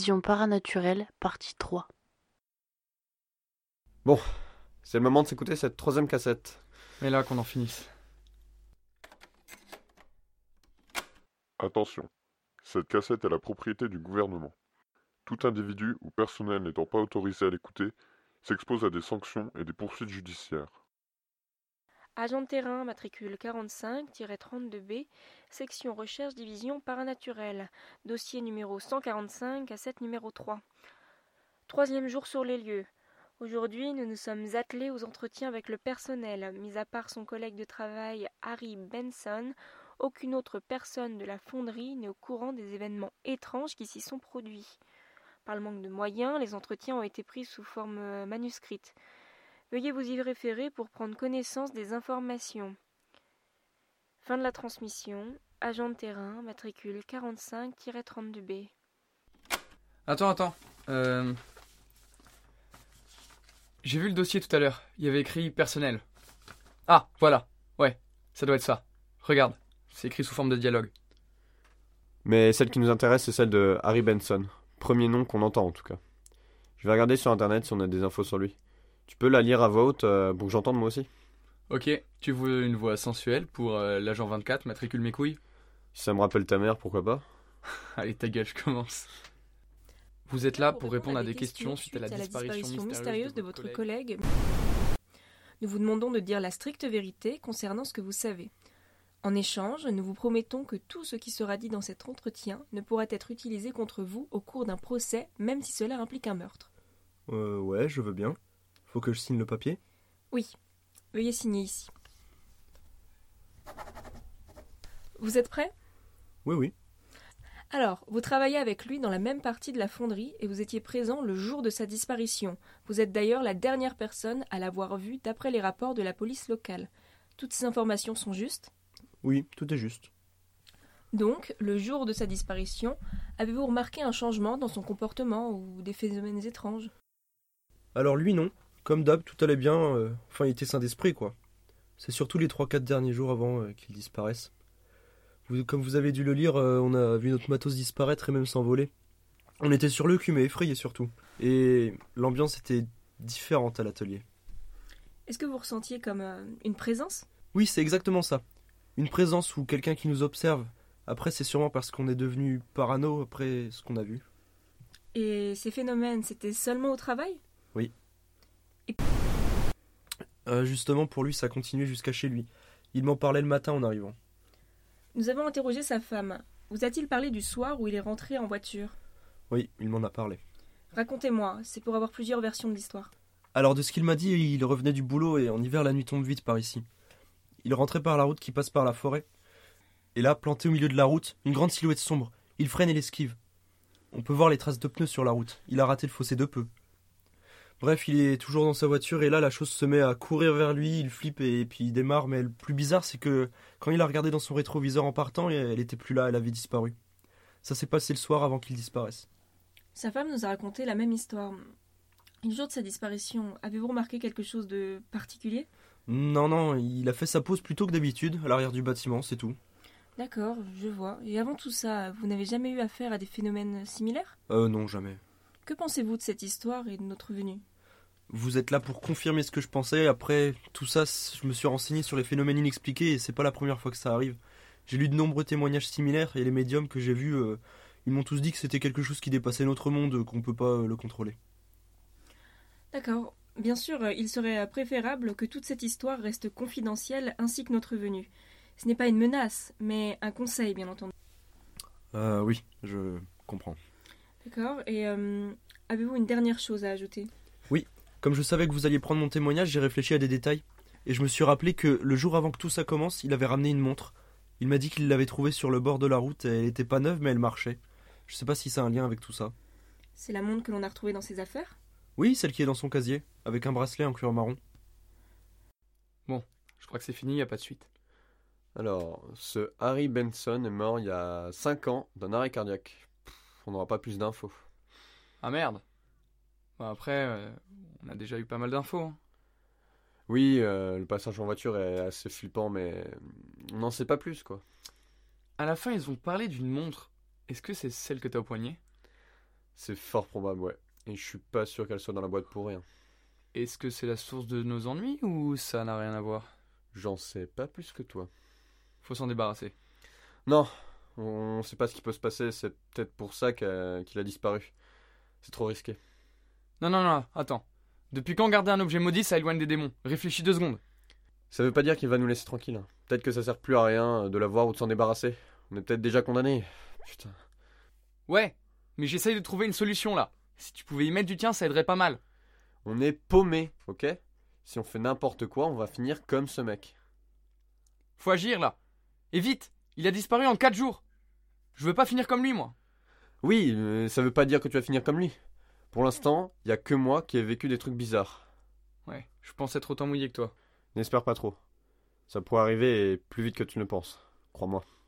Division Paranormale, partie 3. Bon, c'est le moment de s'écouter cette troisième cassette. Mais là qu'on en finisse. Attention, cette cassette est la propriété du gouvernement. Tout individu ou personnel n'étant pas autorisé à l'écouter s'expose à des sanctions et des poursuites judiciaires. Agent de terrain, matricule 45-32B, section recherche division paranormale, dossier numéro 145, cassette numéro 3. Troisième jour sur les lieux. Aujourd'hui, nous nous sommes attelés aux entretiens avec le personnel. Mis à part son collègue de travail Harry Benson, aucune autre personne de la fonderie n'est au courant des événements étranges qui s'y sont produits. Par le manque de moyens, les entretiens ont été pris sous forme manuscrite. Veuillez vous y référer pour prendre connaissance des informations. Fin de la transmission. Agent de terrain, matricule 45-32B. Attends. J'ai vu le dossier tout à l'heure. Il y avait écrit personnel. Ah, voilà. Ouais, ça doit être ça. Regarde, c'est écrit sous forme de dialogue. Mais celle qui nous intéresse, c'est celle de Harry Benson. Premier nom qu'on entend en tout cas. Je vais regarder sur internet si on a des infos sur lui. Tu peux la lire à voix haute pour que j'entende moi aussi? Ok, tu veux une voix sensuelle pour l'agent 24, matricule mes couilles? Si ça me rappelle ta mère, pourquoi pas? Allez, ta gueule, je commence. Vous êtes là pour répondre à des questions suite à la disparition mystérieuse de votre collègue. Nous vous demandons de dire la stricte vérité concernant ce que vous savez. En échange, nous vous promettons que tout ce qui sera dit dans cet entretien ne pourra être utilisé contre vous au cours d'un procès, même si cela implique un meurtre. Ouais, je veux bien. Faut que je signe le papier? Oui, veuillez signer ici. Vous êtes prêts? Oui. Alors, vous travaillez avec lui dans la même partie de la fonderie et vous étiez présent le jour de sa disparition. Vous êtes d'ailleurs la dernière personne à l'avoir vu d'après les rapports de la police locale. Toutes ces informations sont justes? Oui, tout est juste. Donc, le jour de sa disparition, avez-vous remarqué un changement dans son comportement ou des phénomènes étranges? Alors lui, non. Comme d'hab, tout allait bien. Enfin, il était sain d'esprit, quoi. C'est surtout les 3-4 derniers jours avant qu'il disparaisse. Comme vous avez dû le lire, on a vu notre matos disparaître et même s'envoler. On était sur le cul, mais effrayés surtout. Et l'ambiance était différente à l'atelier. Est-ce que vous ressentiez comme une présence? Oui, c'est exactement ça. Une présence ou quelqu'un qui nous observe. Après, c'est sûrement parce qu'on est devenu parano après ce qu'on a vu. Et ces phénomènes, c'était seulement au travail? Oui. Et... Justement, pour lui, ça continuait jusqu'à chez lui. Il m'en parlait le matin en arrivant. Nous avons interrogé sa femme. Vous a-t-il parlé du soir où il est rentré en voiture? Oui, il m'en a parlé. Racontez-moi, c'est pour avoir plusieurs versions de l'histoire. Alors, de ce qu'il m'a dit, il revenait du boulot et en hiver, la nuit tombe vite par ici. Il rentrait par la route qui passe par la forêt. Et là, planté au milieu de la route, une grande silhouette sombre. Il freine et l'esquive. On peut voir les traces de pneus sur la route. Il a raté le fossé de peu. Bref, il est toujours dans sa voiture et là, la chose se met à courir vers lui, il flippe et puis il démarre. Mais le plus bizarre, c'est que quand il a regardé dans son rétroviseur en partant, elle était plus là, elle avait disparu. Ça s'est passé le soir avant qu'il disparaisse. Sa femme nous a raconté la même histoire. Le jour de sa disparition, avez-vous remarqué quelque chose de particulier? Non, il a fait sa pause plus tôt que d'habitude, à l'arrière du bâtiment, c'est tout. D'accord, je vois. Et avant tout ça, vous n'avez jamais eu affaire à des phénomènes similaires? Non, jamais. Que pensez-vous de cette histoire et de notre venue? Vous êtes là pour confirmer ce que je pensais. Après tout ça, je me suis renseigné sur les phénomènes inexpliqués et c'est pas la première fois que ça arrive. J'ai lu de nombreux témoignages similaires et les médiums que j'ai vus, ils m'ont tous dit que c'était quelque chose qui dépassait notre monde, qu'on peut pas le contrôler. D'accord. Bien sûr, il serait préférable que toute cette histoire reste confidentielle ainsi que notre venue. Ce n'est pas une menace, mais un conseil, bien entendu. Oui, je comprends. D'accord. Et avez-vous une dernière chose à ajouter? Oui, comme je savais que vous alliez prendre mon témoignage, j'ai réfléchi à des détails. Et je me suis rappelé que le jour avant que tout ça commence, il avait ramené une montre. Il m'a dit qu'il l'avait trouvée sur le bord de la route. Elle était pas neuve, mais elle marchait. Je sais pas si ça a un lien avec tout ça. C'est la montre que l'on a retrouvée dans ses affaires? Oui, celle qui est dans son casier, avec un bracelet en cuir marron. Bon, je crois que c'est fini, y a pas de suite. Alors, ce Harry Benson est mort il y a 5 ans d'un arrêt cardiaque. On n'aura pas plus d'infos. Ah merde. Bon, après, on a déjà eu pas mal d'infos. Hein. Oui, le passage en voiture est assez flippant, mais on n'en sait pas plus, quoi. À la fin, ils ont parlé d'une montre. Est-ce que c'est celle que t'as au poignet? C'est fort probable, ouais. Et je suis pas sûr qu'elle soit dans la boîte pour rien. Est-ce que c'est la source de nos ennuis ou ça n'a rien à voir? J'en sais pas plus que toi. Faut s'en débarrasser. Non, on sait pas ce qui peut se passer, c'est peut-être pour ça qu'il a disparu. C'est trop risqué. Non, attends. Depuis quand garder un objet maudit, ça éloigne des démons? Réfléchis 2 secondes. Ça veut pas dire qu'il va nous laisser tranquille. Hein. Peut-être que ça sert plus à rien de l'avoir ou de s'en débarrasser. On est peut-être déjà condamnés. Putain. Ouais, mais j'essaye de trouver une solution là. Si tu pouvais y mettre du tien, ça aiderait pas mal. On est paumés, ok? Si on fait n'importe quoi, on va finir comme ce mec. Faut agir là. Et vite, il a disparu en 4 jours. Je veux pas finir comme lui, moi. Oui, ça veut pas dire que tu vas finir comme lui. Pour l'instant, y a que moi qui ai vécu des trucs bizarres. Ouais, je pense être autant mouillé que toi. N'espère pas trop. Ça pourrait arriver et plus vite que tu ne le penses. Crois-moi.